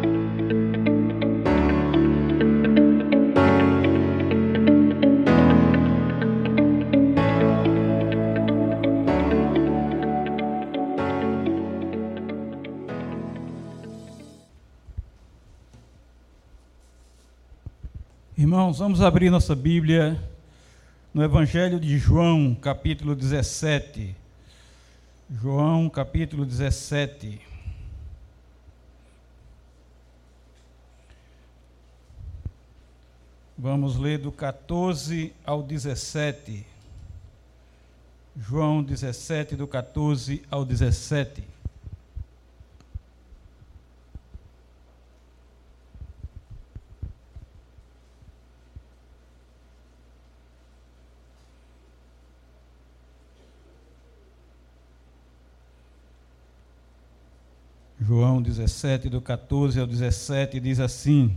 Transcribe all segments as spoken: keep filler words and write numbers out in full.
Irmãos, vamos abrir nossa Bíblia no Evangelho de João, capítulo dezessete. João, capítulo dezessete. Vamos ler do catorze ao dezessete. João dezessete, do catorze ao dezessete. João dezessete, do catorze ao dezessete, diz assim: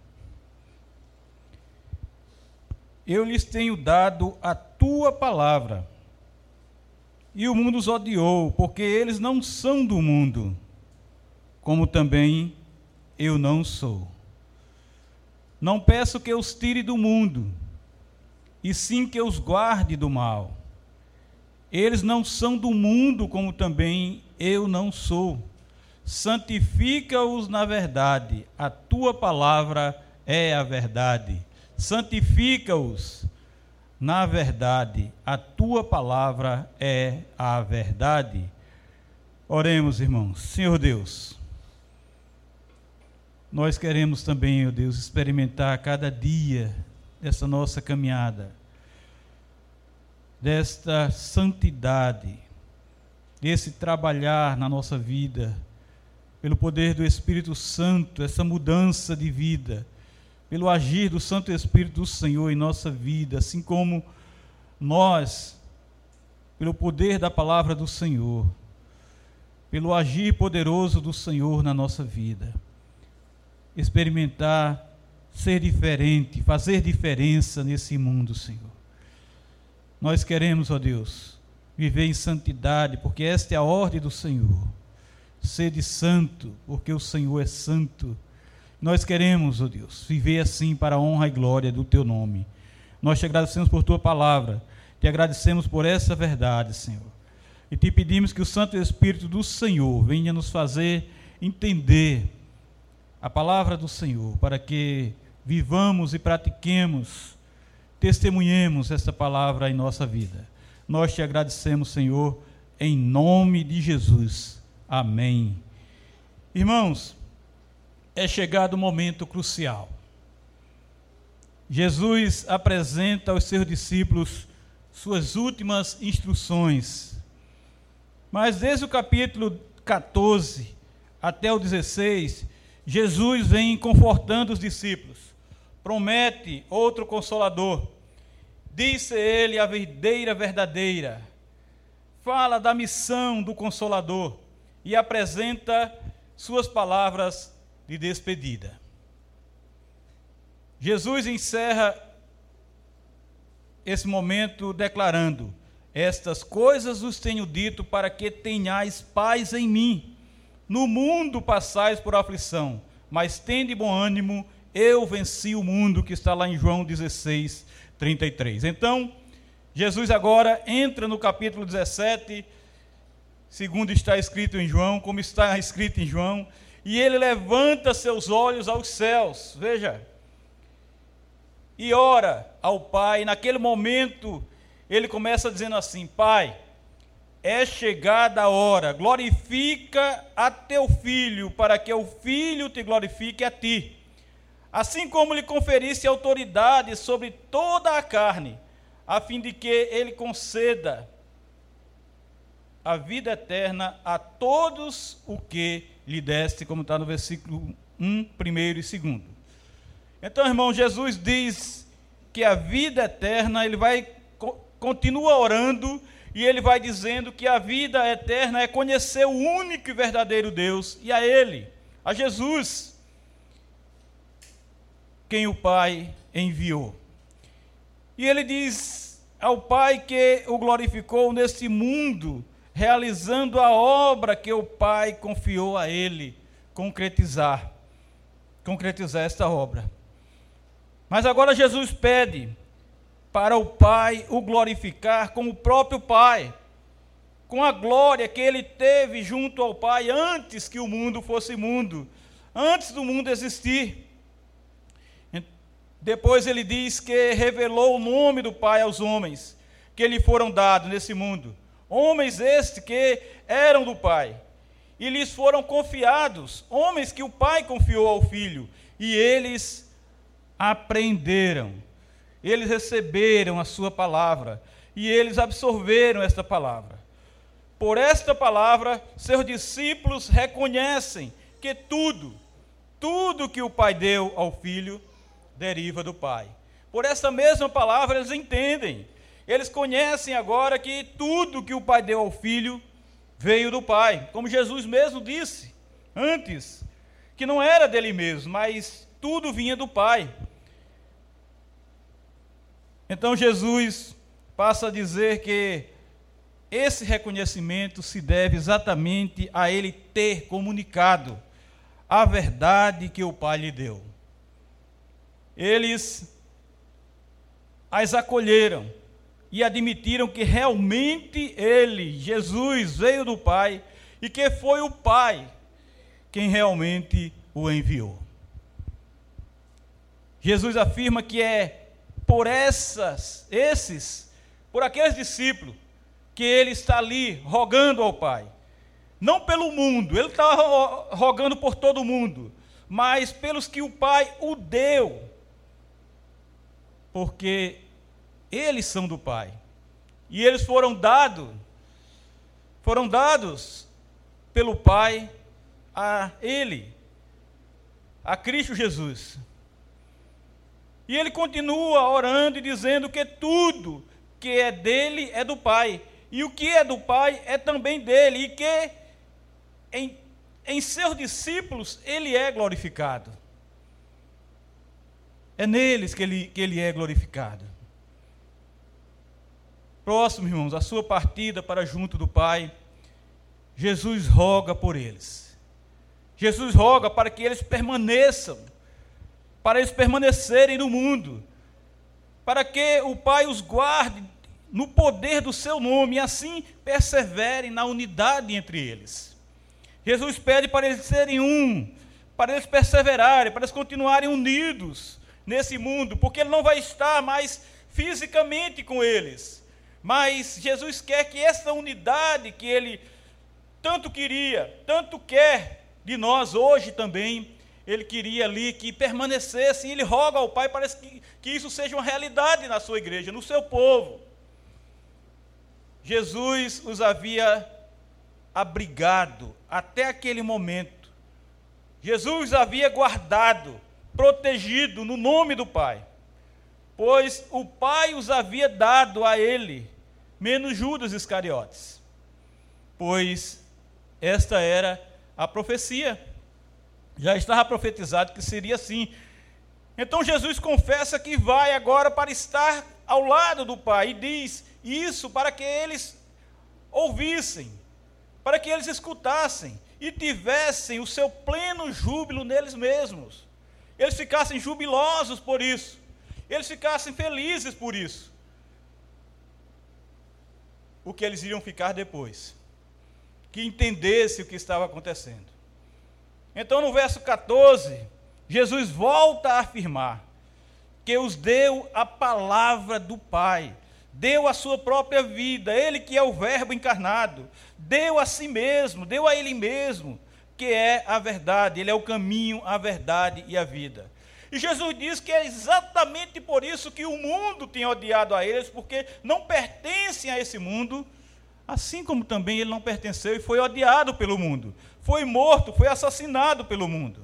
Eu lhes tenho dado a tua palavra, e o mundo os odiou, porque eles não são do mundo, como também eu não sou. Não peço que os tire do mundo, e sim que os guarde do mal. Eles não são do mundo, como também eu não sou. Santifica-os na verdade, a tua palavra é a verdade. Santifica-os na verdade, a tua palavra é a verdade. Oremos, irmãos. Senhor Deus, nós queremos também, ó Deus, experimentar cada dia dessa nossa caminhada, desta santidade, desse trabalhar na nossa vida, pelo poder do Espírito Santo, essa mudança de vida, pelo agir do Santo Espírito do Senhor em nossa vida, assim como nós, pelo poder da palavra do Senhor, pelo agir poderoso do Senhor na nossa vida, experimentar, ser diferente, fazer diferença nesse mundo, Senhor. Nós queremos, ó Deus, viver em santidade, porque esta é a ordem do Senhor. Sede santo, porque o Senhor é santo. Nós queremos, ó Deus, viver assim para a honra e glória do teu nome. Nós te agradecemos por tua palavra, te agradecemos por essa verdade, Senhor. E te pedimos que o Santo Espírito do Senhor venha nos fazer entender a palavra do Senhor, para que vivamos e pratiquemos, testemunhemos essa palavra em nossa vida. Nós te agradecemos, Senhor, em nome de Jesus. Amém. Irmãos, é chegado o momento crucial. Jesus apresenta aos seus discípulos suas últimas instruções. Mas desde o capítulo catorze até o dezesseis, Jesus vem confortando os discípulos. Promete outro consolador. Diz-se ele a videira verdadeira. Fala da missão do Consolador e apresenta suas palavras de despedida. Jesus encerra esse momento declarando: estas coisas vos tenho dito para que tenhais paz em mim. No mundo passais por aflição, mas tende bom ânimo, eu venci o mundo, que está lá em João dezesseis, trinta e três. Então, Jesus agora entra no capítulo dezessete, segundo está escrito em João, como está escrito em João, e ele levanta seus olhos aos céus, veja, e ora ao Pai. Naquele momento, ele começa dizendo assim: Pai, é chegada a hora, glorifica a teu Filho, para que o Filho te glorifique a ti, assim como lhe conferisse autoridade sobre toda a carne, a fim de que ele conceda a vida eterna a todos o que lhe deste, como está no versículo um, primeiro e segundo. Então, irmão, Jesus diz que a vida eterna, ele vai, continua orando, e ele vai dizendo que a vida eterna é conhecer o único e verdadeiro Deus, e a Ele, a Jesus, quem o Pai enviou. E ele diz ao Pai que o glorificou neste mundo, realizando a obra que o Pai confiou a ele concretizar. concretizar esta obra. Mas agora Jesus pede para o Pai o glorificar como o próprio Pai, com a glória que ele teve junto ao Pai antes que o mundo fosse mundo, antes do mundo existir. Depois ele diz que revelou o nome do Pai aos homens que lhe foram dados nesse mundo. Homens estes que eram do Pai. E lhes foram confiados, homens que o Pai confiou ao Filho. E eles aprenderam, eles receberam a sua palavra, e eles absorveram esta palavra. Por esta palavra, seus discípulos reconhecem que tudo, tudo que o Pai deu ao Filho, deriva do Pai. Por essa mesma palavra, eles entendem, eles conhecem agora que tudo que o Pai deu ao Filho, veio do Pai, como Jesus mesmo disse antes, que não era dele mesmo, mas tudo vinha do Pai. Então Jesus passa a dizer que esse reconhecimento se deve exatamente a ele ter comunicado a verdade que o Pai lhe deu. Eles as acolheram e admitiram que realmente ele, Jesus, veio do Pai e que foi o Pai quem realmente o enviou. Jesus afirma que é por essas, esses, por aqueles discípulos, que ele está ali rogando ao Pai. Não pelo mundo, ele está rogando por todo mundo, mas pelos que o Pai o deu, porque eles são do Pai. E eles foram dados, foram dados pelo Pai a Ele, a Cristo Jesus. E ele continua orando e dizendo que tudo que é dele é do Pai. E o que é do Pai é também dele. E que em, em seus discípulos ele é glorificado. É neles que ele, que ele é glorificado. Próximo, irmãos, a sua partida para junto do Pai, Jesus roga por eles. Jesus roga para que eles permaneçam, para eles permanecerem no mundo, para que o Pai os guarde no poder do seu nome, e assim perseverem na unidade entre eles. Jesus pede para eles serem um, para eles perseverarem, para eles continuarem unidos nesse mundo, porque Ele não vai estar mais fisicamente com eles, mas Jesus quer que essa unidade que Ele tanto queria, tanto quer de nós hoje também, Ele queria ali que permanecesse, e Ele roga ao Pai para que, que isso seja uma realidade na sua igreja, no seu povo. Jesus os havia abrigado até aquele momento. Jesus os havia guardado, protegido no nome do Pai, pois o Pai os havia dado a Ele, menos Judas Iscariotes, pois esta era a profecia. Já estava profetizado que seria assim. Então Jesus confessa que vai agora para estar ao lado do Pai, e diz isso para que eles ouvissem, para que eles escutassem, e tivessem o seu pleno júbilo neles mesmos. Eles ficassem jubilosos por isso, eles ficassem felizes por isso. O que eles iriam ficar depois, que entendesse o que estava acontecendo. Então, no verso catorze, Jesus volta a afirmar que os deu a palavra do Pai, deu a sua própria vida, Ele que é o Verbo encarnado, deu a si mesmo, deu a Ele mesmo, que é a verdade, Ele é o caminho, a verdade e a vida. E Jesus diz que é exatamente por isso que o mundo tem odiado a eles, porque não pertencem a esse mundo, assim como também ele não pertenceu e foi odiado pelo mundo, foi morto, foi assassinado pelo mundo.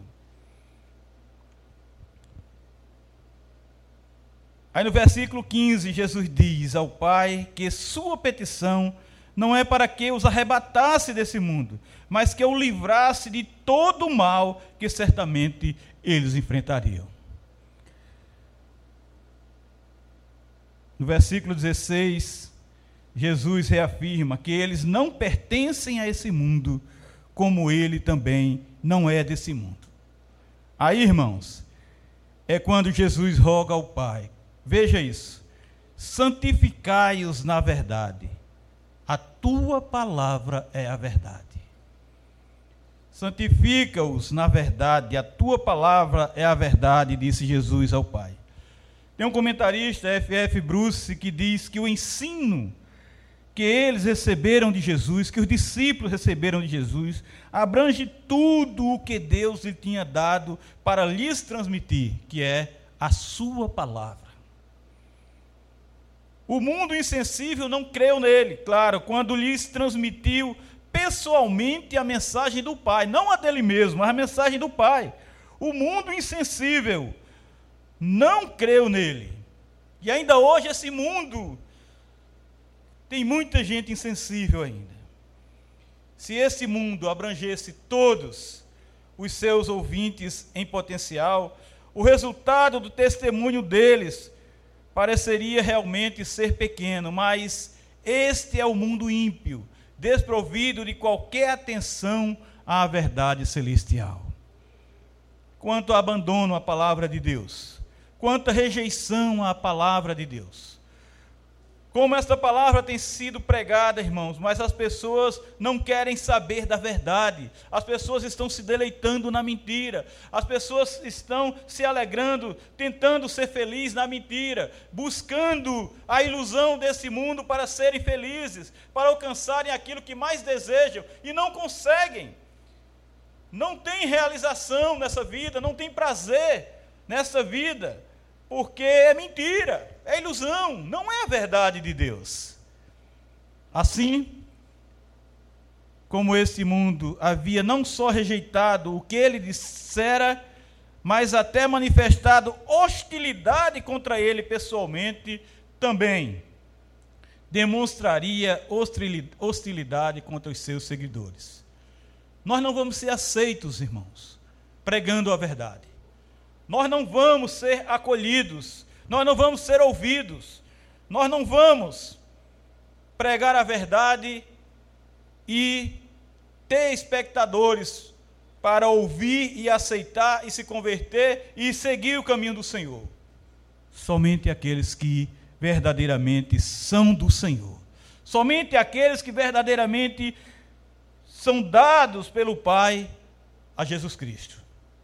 Aí no versículo quinze, Jesus diz ao Pai que sua petição não é para que os arrebatasse desse mundo, mas que o livrasse de todo o mal que certamente eles enfrentariam. No versículo dezesseis, Jesus reafirma que eles não pertencem a esse mundo, como ele também não é desse mundo. Aí, irmãos, é quando Jesus roga ao Pai. Veja isso. Santificai-os na verdade. A tua palavra é a verdade. Santifica-os na verdade. A tua palavra é a verdade, disse Jesus ao Pai. Tem um comentarista, F F Bruce, que diz que o ensino que eles receberam de Jesus, que os discípulos receberam de Jesus, abrange tudo o que Deus lhe tinha dado para lhes transmitir, que é a sua palavra. O mundo insensível não creu nele, claro, quando lhes transmitiu pessoalmente a mensagem do Pai, não a dele mesmo, mas a mensagem do Pai. O mundo insensível não creu nele. E ainda hoje esse mundo tem muita gente insensível ainda. Se esse mundo abrangesse todos os seus ouvintes em potencial, o resultado do testemunho deles pareceria realmente ser pequeno, mas este é o mundo ímpio, desprovido de qualquer atenção à verdade celestial. Quanto abandono à palavra de Deus, quanta rejeição à palavra de Deus. Como esta palavra tem sido pregada, irmãos, mas as pessoas não querem saber da verdade. As pessoas estão se deleitando na mentira. As pessoas estão se alegrando, tentando ser felizes na mentira, buscando a ilusão desse mundo para serem felizes, para alcançarem aquilo que mais desejam e não conseguem. Não tem realização nessa vida, não tem prazer nessa vida, porque é mentira, é ilusão, não é a verdade de Deus. Assim, como esse mundo havia não só rejeitado o que ele dissera, mas até manifestado hostilidade contra ele pessoalmente, também demonstraria hostilidade contra os seus seguidores. Nós não vamos ser aceitos, irmãos, pregando a verdade. Nós não vamos ser acolhidos, nós não vamos ser ouvidos, nós não vamos pregar a verdade e ter espectadores para ouvir e aceitar e se converter e seguir o caminho do Senhor. Somente aqueles que verdadeiramente são do Senhor, somente aqueles que verdadeiramente são dados pelo Pai a Jesus Cristo.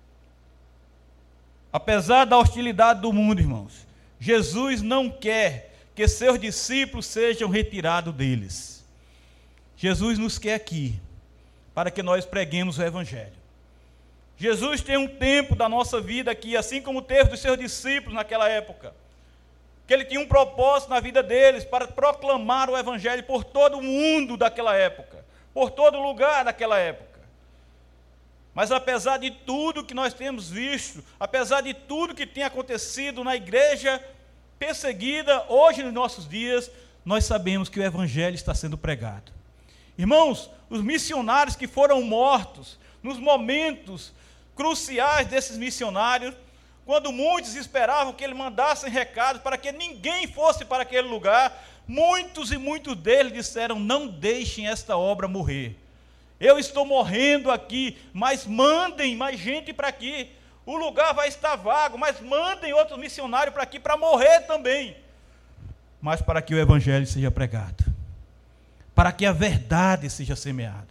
Apesar da hostilidade do mundo, irmãos, Jesus não quer que seus discípulos sejam retirados deles. Jesus nos quer aqui, para que nós preguemos o Evangelho. Jesus tem um tempo da nossa vida aqui, assim como teve dos seus discípulos naquela época, que ele tinha um propósito na vida deles, para proclamar o Evangelho por todo o mundo daquela época, por todo lugar daquela época. Mas apesar de tudo que nós temos visto, apesar de tudo que tem acontecido na igreja perseguida, hoje nos nossos dias, nós sabemos que o Evangelho está sendo pregado. Irmãos, os missionários que foram mortos, nos momentos cruciais desses missionários, quando muitos esperavam que eles mandassem recados para que ninguém fosse para aquele lugar, muitos e muitos deles disseram: não deixem esta obra morrer. Eu estou morrendo aqui, mas mandem mais gente para aqui. O lugar vai estar vago, mas mandem outros missionários para aqui para morrer também. Mas para que o Evangelho seja pregado, para que a verdade seja semeada.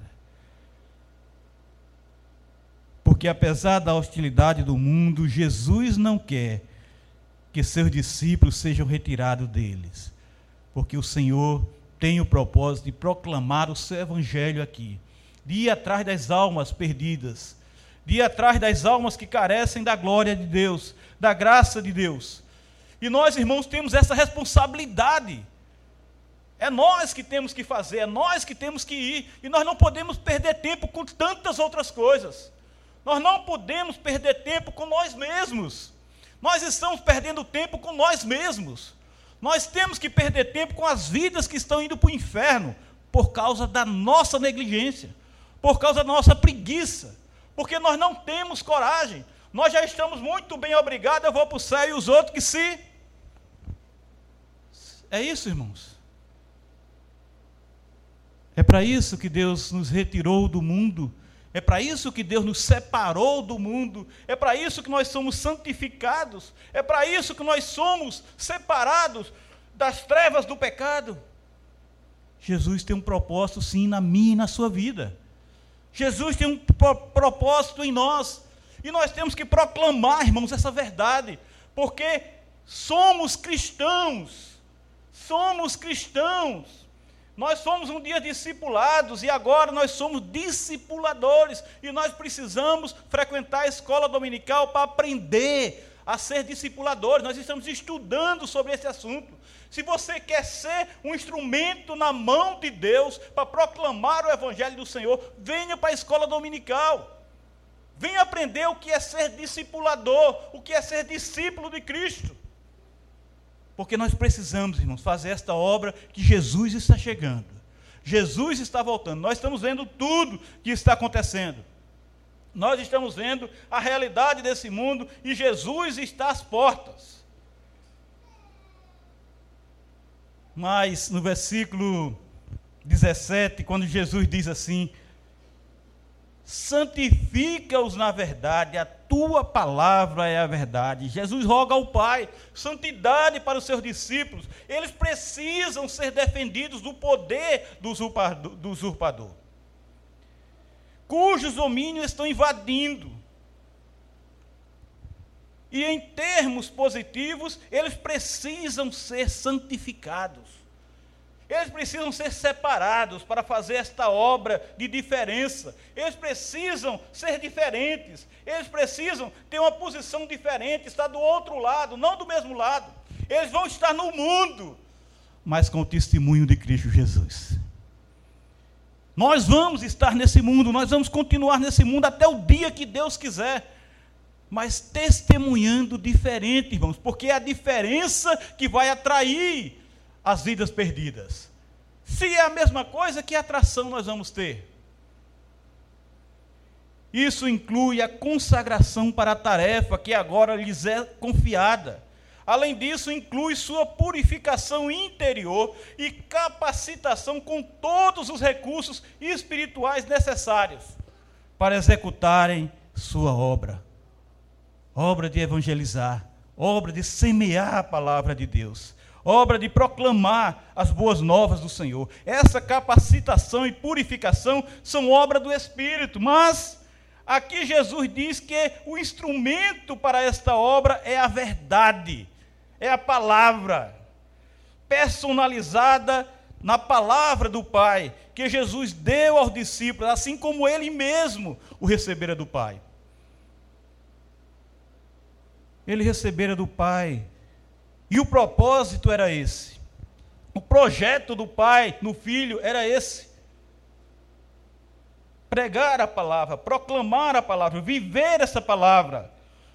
Porque apesar da hostilidade do mundo, Jesus não quer que seus discípulos sejam retirados deles. Porque o Senhor tem o propósito de proclamar o seu Evangelho aqui, de ir atrás das almas perdidas, de ir atrás das almas que carecem da glória de Deus, da graça de Deus. E nós, irmãos, temos essa responsabilidade. É nós que temos que fazer, é nós que temos que ir, e nós não podemos perder tempo com tantas outras coisas. Nós não podemos perder tempo com nós mesmos. Nós estamos perdendo tempo com nós mesmos. Nós temos que perder tempo com as vidas que estão indo para o inferno, por causa da nossa negligência, por causa da nossa preguiça, porque nós não temos coragem. Nós já estamos muito bem, obrigado, eu vou para o céu, e os outros que se... É isso, irmãos. É para isso que Deus nos retirou do mundo, É para isso que Deus nos separou do mundo, é para isso que nós somos santificados, é para isso que nós somos separados das trevas do pecado. Jesus tem um propósito, sim, na minha e na sua vida. Jesus tem um propósito em nós, e nós temos que proclamar, irmãos, essa verdade, porque somos cristãos, somos cristãos. Nós somos um dia discipulados e agora nós somos discipuladores e nós precisamos frequentar a escola dominical para aprender a ser discipuladores. Nós estamos estudando sobre esse assunto. Se você quer ser um instrumento na mão de Deus para proclamar o Evangelho do Senhor, venha para a escola dominical. Venha aprender o que é ser discipulador, o que é ser discípulo de Cristo. Porque nós precisamos, irmãos, fazer esta obra que Jesus está chegando. Jesus está voltando. Nós estamos vendo tudo que está acontecendo. Nós estamos vendo a realidade desse mundo e Jesus está às portas. Mas no versículo dezessete, quando Jesus diz assim: santifica-os na verdade, a tua palavra é a verdade. Jesus roga ao Pai santidade para os seus discípulos. Eles precisam ser defendidos do poder do usurpador, do usurpador, cujos domínios estão invadindo. E em termos positivos, eles precisam ser santificados. Eles precisam ser separados para fazer esta obra de diferença. Eles precisam ser diferentes. Eles precisam ter uma posição diferente, estar do outro lado, não do mesmo lado. Eles vão estar no mundo, mas com o testemunho de Cristo Jesus. Nós vamos estar nesse mundo, nós vamos continuar nesse mundo até o dia que Deus quiser, mas testemunhando diferente, irmãos, porque é a diferença que vai atrair as vidas perdidas. Se é a mesma coisa, que atração nós vamos ter? Isso inclui a consagração para a tarefa que agora lhes é confiada. Além disso, inclui sua purificação interior e capacitação com todos os recursos espirituais necessários para executarem sua obra. Obra de evangelizar, obra de semear a palavra de Deus, obra de proclamar as boas novas do Senhor. Essa capacitação e purificação são obra do Espírito, mas aqui Jesus diz que o instrumento para esta obra é a verdade, é a palavra, personalizada na palavra do Pai, que Jesus deu aos discípulos, assim como Ele mesmo o recebera do Pai. Ele recebera do Pai. E o propósito era esse. O projeto do Pai no Filho era esse. Pregar a palavra, proclamar a palavra, viver essa palavra.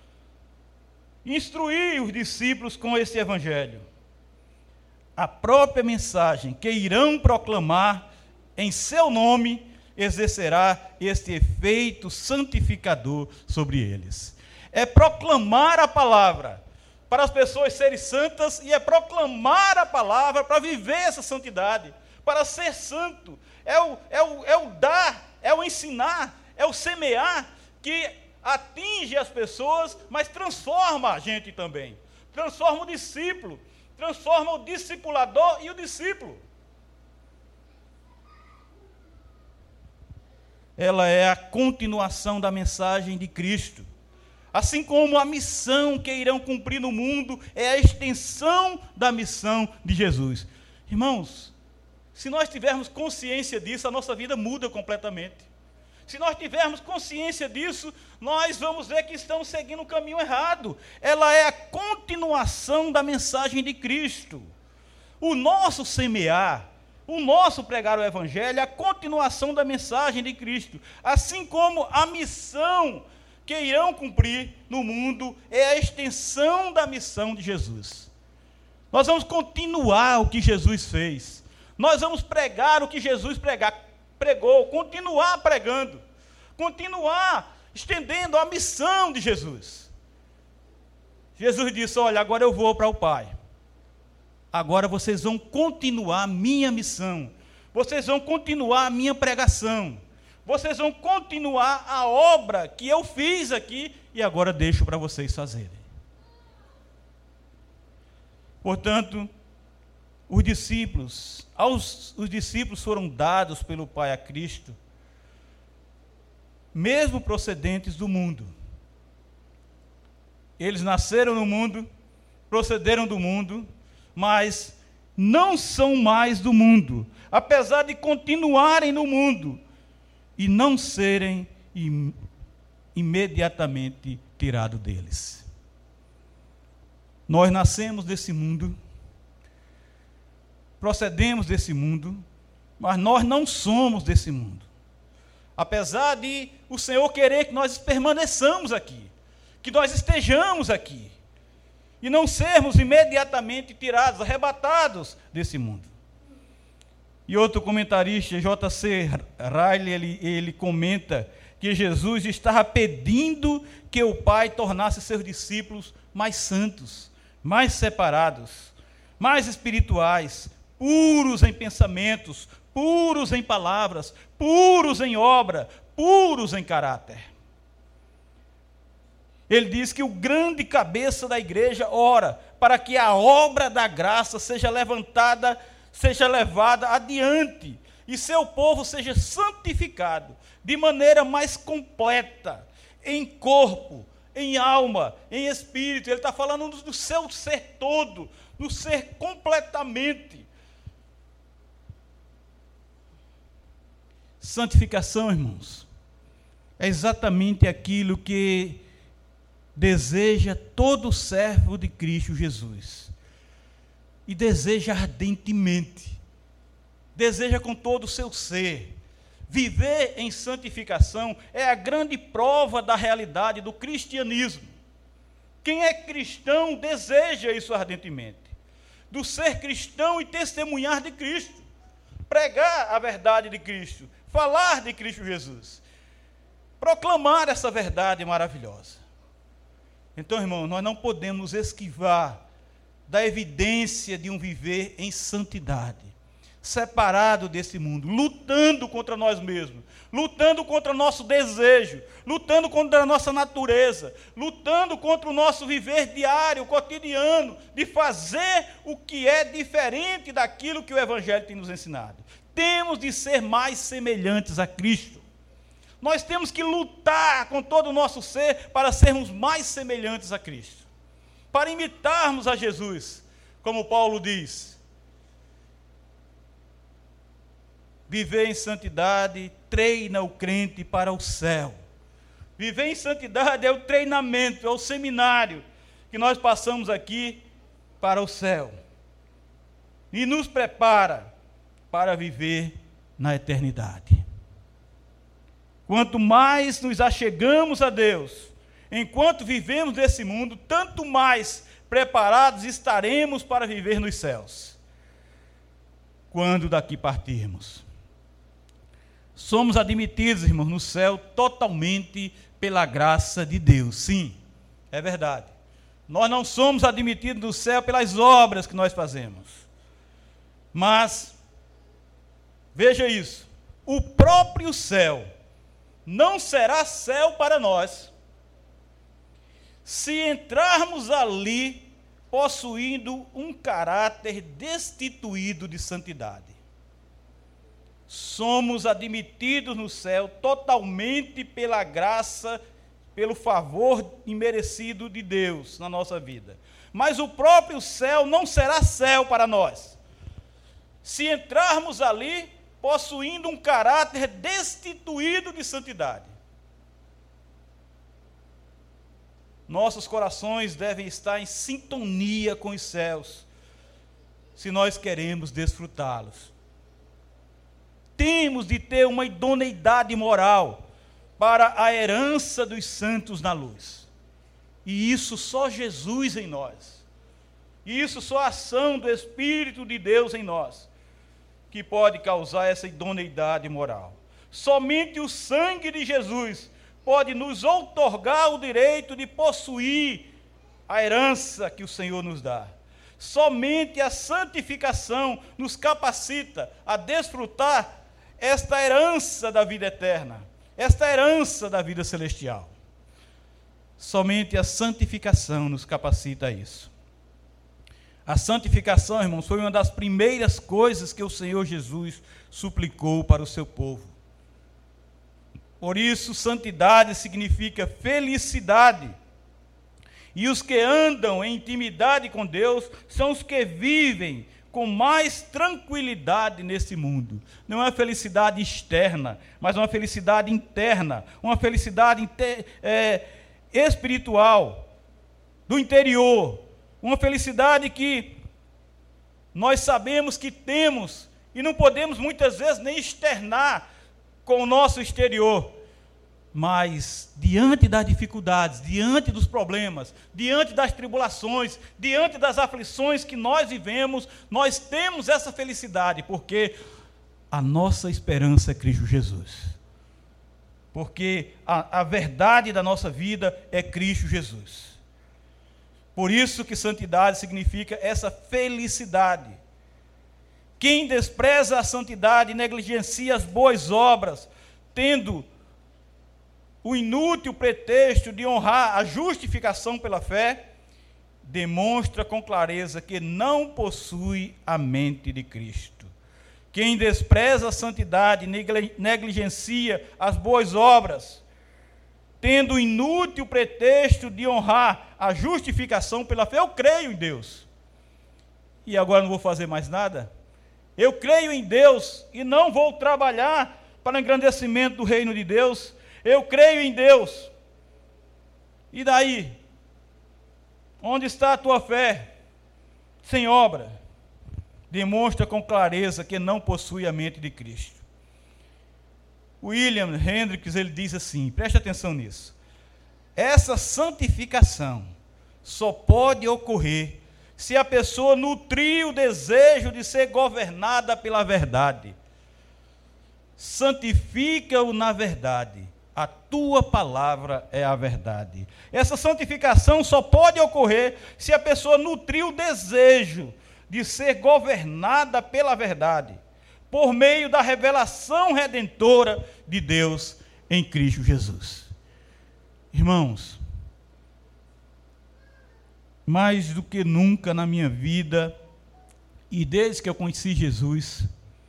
Instruir os discípulos com esse evangelho. A própria mensagem que irão proclamar em seu nome exercerá este efeito santificador sobre eles. É proclamar a palavra para as pessoas serem santas, e é proclamar a palavra para viver essa santidade, para ser santo. É o, é o, é o dar, é o ensinar, é o semear, que atinge as pessoas, mas transforma a gente também. Transforma o discípulo, transforma o discipulador e o discípulo. Ela é a continuação da mensagem de Cristo. Assim como a missão que irão cumprir no mundo é a extensão da missão de Jesus. Irmãos, se nós tivermos consciência disso, a nossa vida muda completamente. Se nós tivermos consciência disso, nós vamos ver que estamos seguindo o caminho errado. Ela é a continuação da mensagem de Cristo. O nosso semear, o nosso pregar o Evangelho é a continuação da mensagem de Cristo. Assim como a missão que irão cumprir no mundo é a extensão da missão de Jesus. Nós vamos continuar o que Jesus fez. Nós vamos pregar o que Jesus pregar, pregou, continuar pregando, continuar estendendo a missão de Jesus. Jesus disse: olha, agora eu vou para o Pai. Agora vocês vão continuar a minha missão. Vocês vão continuar a minha pregação. vocês vão continuar a obra que eu fiz aqui e agora deixo para vocês fazerem. Portanto, os discípulos, aos, os discípulos foram dados pelo Pai a Cristo, mesmo procedentes do mundo. Eles nasceram no mundo, procederam do mundo, mas não são mais do mundo, apesar de continuarem no mundo e não serem im- imediatamente tirados deles. Nós nascemos desse mundo, procedemos desse mundo, mas nós não somos desse mundo. Apesar de o Senhor querer que nós permaneçamos aqui, que nós estejamos aqui, e não sermos imediatamente tirados, arrebatados desse mundo. E outro comentarista, J C Ryle, ele, ele comenta que Jesus estava pedindo que o Pai tornasse seus discípulos mais santos, mais separados, mais espirituais, puros em pensamentos, puros em palavras, puros em obra, puros em caráter. Ele diz que o grande cabeça da igreja ora para que a obra da graça seja levantada, seja levada adiante e seu povo seja santificado de maneira mais completa, em corpo, em alma, em espírito. Ele está falando do seu ser todo, do ser completamente. Santificação, irmãos, é exatamente aquilo que deseja todo servo de Cristo Jesus, e deseja ardentemente, deseja com todo o seu ser. Viver em santificação é a grande prova da realidade do cristianismo. Quem é cristão deseja isso ardentemente, do ser cristão e testemunhar de Cristo, pregar a verdade de Cristo, falar de Cristo Jesus, proclamar essa verdade maravilhosa. Então, irmão, nós não podemos nos esquivar da evidência de um viver em santidade, separado desse mundo, lutando contra nós mesmos, lutando contra o nosso desejo, lutando contra a nossa natureza, lutando contra o nosso viver diário, cotidiano, de fazer o que é diferente daquilo que o Evangelho tem nos ensinado. Temos de ser mais semelhantes a Cristo. Nós temos que lutar com todo o nosso ser para sermos mais semelhantes a Cristo, para imitarmos a Jesus, como Paulo diz. Viver em santidade treina o crente para o céu. Viver em santidade é o treinamento, é o seminário que nós passamos aqui para o céu. E nos prepara para viver na eternidade. Quanto mais nos achegamos a Deus, enquanto vivemos nesse mundo, tanto mais preparados estaremos para viver nos céus, quando daqui partirmos. Somos admitidos, irmãos, no céu totalmente pela graça de Deus. Sim, é verdade. Nós não somos admitidos no céu pelas obras que nós fazemos. Mas, veja isso, o próprio céu não será céu para nós se entrarmos ali possuindo um caráter destituído de santidade. Somos admitidos no céu totalmente pela graça, pelo favor imerecido de Deus na nossa vida. Mas o próprio céu não será céu para nós se entrarmos ali possuindo um caráter destituído de santidade. Nossos corações devem estar em sintonia com os céus, se nós queremos desfrutá-los. Temos de ter uma idoneidade moral para a herança dos santos na luz. E isso só Jesus em nós. E isso só a ação do Espírito de Deus em nós que pode causar essa idoneidade moral. Somente o sangue de Jesus pode nos outorgar o direito de possuir a herança que o Senhor nos dá. Somente a santificação nos capacita a desfrutar esta herança da vida eterna, esta herança da vida celestial. Somente a santificação nos capacita a isso. A santificação, irmãos, foi uma das primeiras coisas que o Senhor Jesus suplicou para o seu povo. Por isso, santidade significa felicidade. E os que andam em intimidade com Deus são os que vivem com mais tranquilidade nesse mundo. Não é uma felicidade externa, mas uma felicidade interna, uma felicidade inter, é, espiritual, do interior, uma felicidade que nós sabemos que temos e não podemos muitas vezes nem externar com o nosso exterior. Mas, diante das dificuldades, diante dos problemas, diante das tribulações, diante das aflições que nós vivemos, nós temos essa felicidade, porque a nossa esperança é Cristo Jesus. Porque a, a verdade da nossa vida é Cristo Jesus. Por isso que santidade significa essa felicidade. Quem despreza a santidade negligencia as boas obras, tendo o inútil pretexto de honrar a justificação pela fé, demonstra com clareza que não possui a mente de Cristo. Quem despreza a santidade negligencia as boas obras, tendo o inútil pretexto de honrar a justificação pela fé. Eu creio em Deus, e agora não vou fazer mais nada? Eu creio em Deus e não vou trabalhar para o engrandecimento do reino de Deus. Eu creio em Deus. E daí? Onde está a tua fé? Sem obra. Demonstra com clareza que não possui a mente de Cristo. William Hendricks, ele diz assim, preste atenção nisso. Essa santificação só pode ocorrer se a pessoa nutrir o desejo de ser governada pela verdade. Santifica-o na verdade. A tua palavra é a verdade. Essa santificação só pode ocorrer se a pessoa nutrir o desejo de ser governada pela verdade, por meio da revelação redentora de Deus em Cristo Jesus. Irmãos, mais do que nunca na minha vida, e desde que eu conheci Jesus,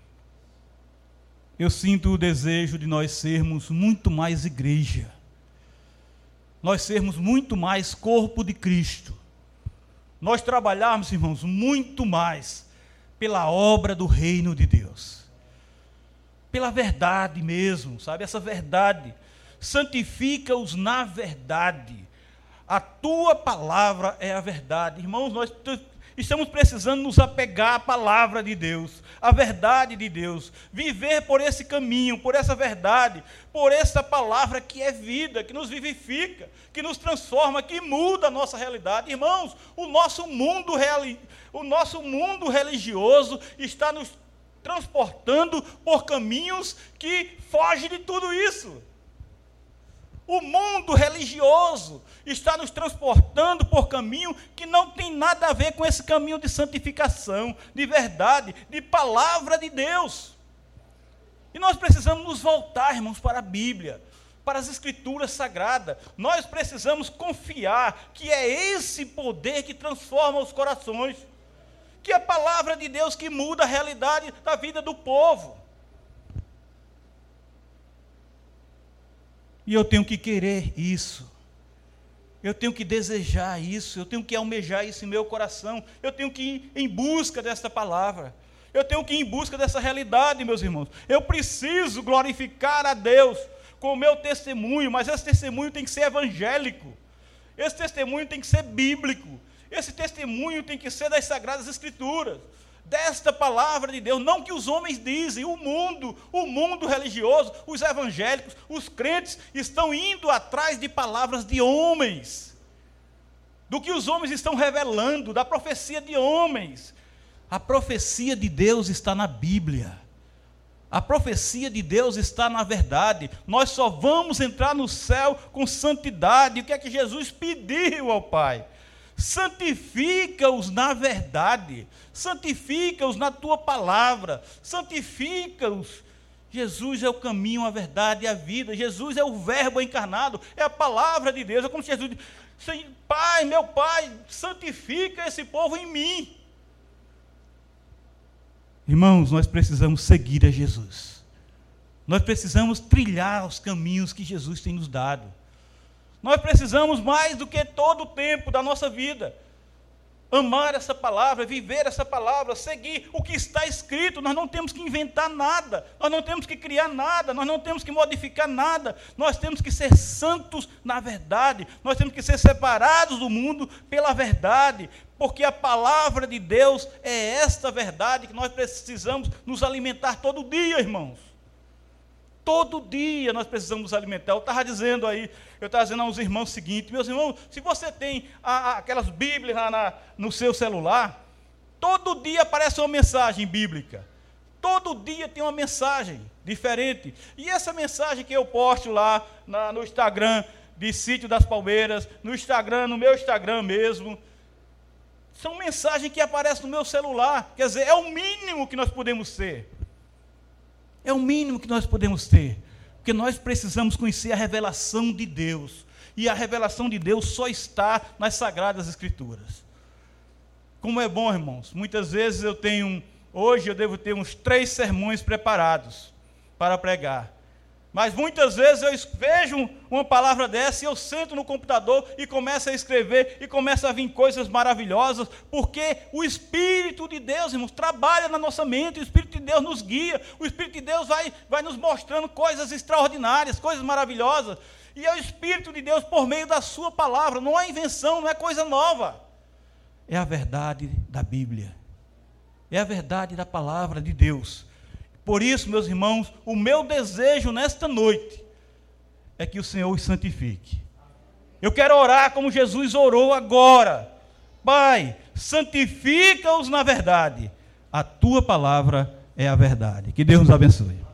eu sinto o desejo de nós sermos muito mais igreja, nós sermos muito mais corpo de Cristo, nós trabalharmos, irmãos, muito mais pela obra do reino de Deus, pela verdade mesmo, sabe, essa verdade, santifica-os na verdade, a tua palavra é a verdade. Irmãos, nós estamos precisando nos apegar à palavra de Deus, à verdade de Deus, viver por esse caminho, por essa verdade, por essa palavra que é vida, que nos vivifica, que nos transforma, que muda a nossa realidade. Irmãos, o nosso mundo, reali- o nosso mundo religioso está nos transportando por caminhos que fogem de tudo isso. O mundo religioso está nos transportando por caminho que não tem nada a ver com esse caminho de santificação, de verdade, de palavra de Deus. E nós precisamos nos voltar, irmãos, para a Bíblia, para as Escrituras Sagradas. Nós precisamos confiar que é esse poder que transforma os corações, que é a palavra de Deus que muda a realidade da vida do povo. E eu tenho que querer isso, eu tenho que desejar isso, eu tenho que almejar isso em meu coração, eu tenho que ir em busca dessa palavra, eu tenho que ir em busca dessa realidade, meus irmãos. Eu preciso glorificar a Deus com o meu testemunho, mas esse testemunho tem que ser evangélico, esse testemunho tem que ser bíblico, esse testemunho tem que ser das Sagradas Escrituras, desta palavra de Deus, não que os homens dizem. O mundo, o mundo religioso, os evangélicos, os crentes estão indo atrás de palavras de homens, do que os homens estão revelando, da profecia de homens. A profecia de Deus está na Bíblia, a profecia de Deus está na verdade. Nós só vamos entrar no céu com santidade. O que é que Jesus pediu ao Pai? Santifica-os na verdade, santifica-os na tua palavra, santifica-os Jesus é o caminho, a verdade e a vida. Jesus é o verbo encarnado, é a palavra de Deus. É como se Jesus disse: Pai, meu Pai, santifica esse povo em mim. Irmãos, nós precisamos seguir a Jesus. Nós precisamos trilhar os caminhos que Jesus tem nos dado. Nós precisamos, mais do que todo o tempo da nossa vida, amar essa palavra, viver essa palavra, seguir o que está escrito. Nós não temos que inventar nada, nós não temos que criar nada, nós não temos que modificar nada. Nós temos que ser santos na verdade, nós temos que ser separados do mundo pela verdade, porque a palavra de Deus é esta verdade que nós precisamos nos alimentar todo dia, irmãos. Todo dia nós precisamos nos alimentar. Eu estava dizendo aí, eu estava dizendo aos irmãos o seguinte: meus irmãos, se você tem a, a, aquelas bíblias na, na, no seu celular, todo dia aparece uma mensagem bíblica. Todo dia tem uma mensagem diferente. E essa mensagem que eu posto lá na, no Instagram de Sítio das Palmeiras, no Instagram, no meu Instagram mesmo, são mensagens que aparecem no meu celular. Quer dizer, é o mínimo que nós podemos ser. É o mínimo que nós podemos ter. Porque nós precisamos conhecer a revelação de Deus. E a revelação de Deus só está nas Sagradas Escrituras. Como é bom, irmãos. Muitas vezes eu tenho, hoje eu devo ter uns três sermões preparados para pregar. Mas muitas vezes eu vejo uma palavra dessa e eu sento no computador e começo a escrever e começa a vir coisas maravilhosas, porque o Espírito de Deus, irmãos, trabalha na nossa mente, o Espírito de Deus nos guia, o Espírito de Deus vai, vai nos mostrando coisas extraordinárias, coisas maravilhosas, e é o Espírito de Deus por meio da sua palavra, não é invenção, não é coisa nova, é a verdade da Bíblia, é a verdade da palavra de Deus. Por isso, meus irmãos, o meu desejo nesta noite é que o Senhor os santifique. Eu quero orar como Jesus orou agora. Pai, santifica-os na verdade. A tua palavra é a verdade. Que Deus nos abençoe.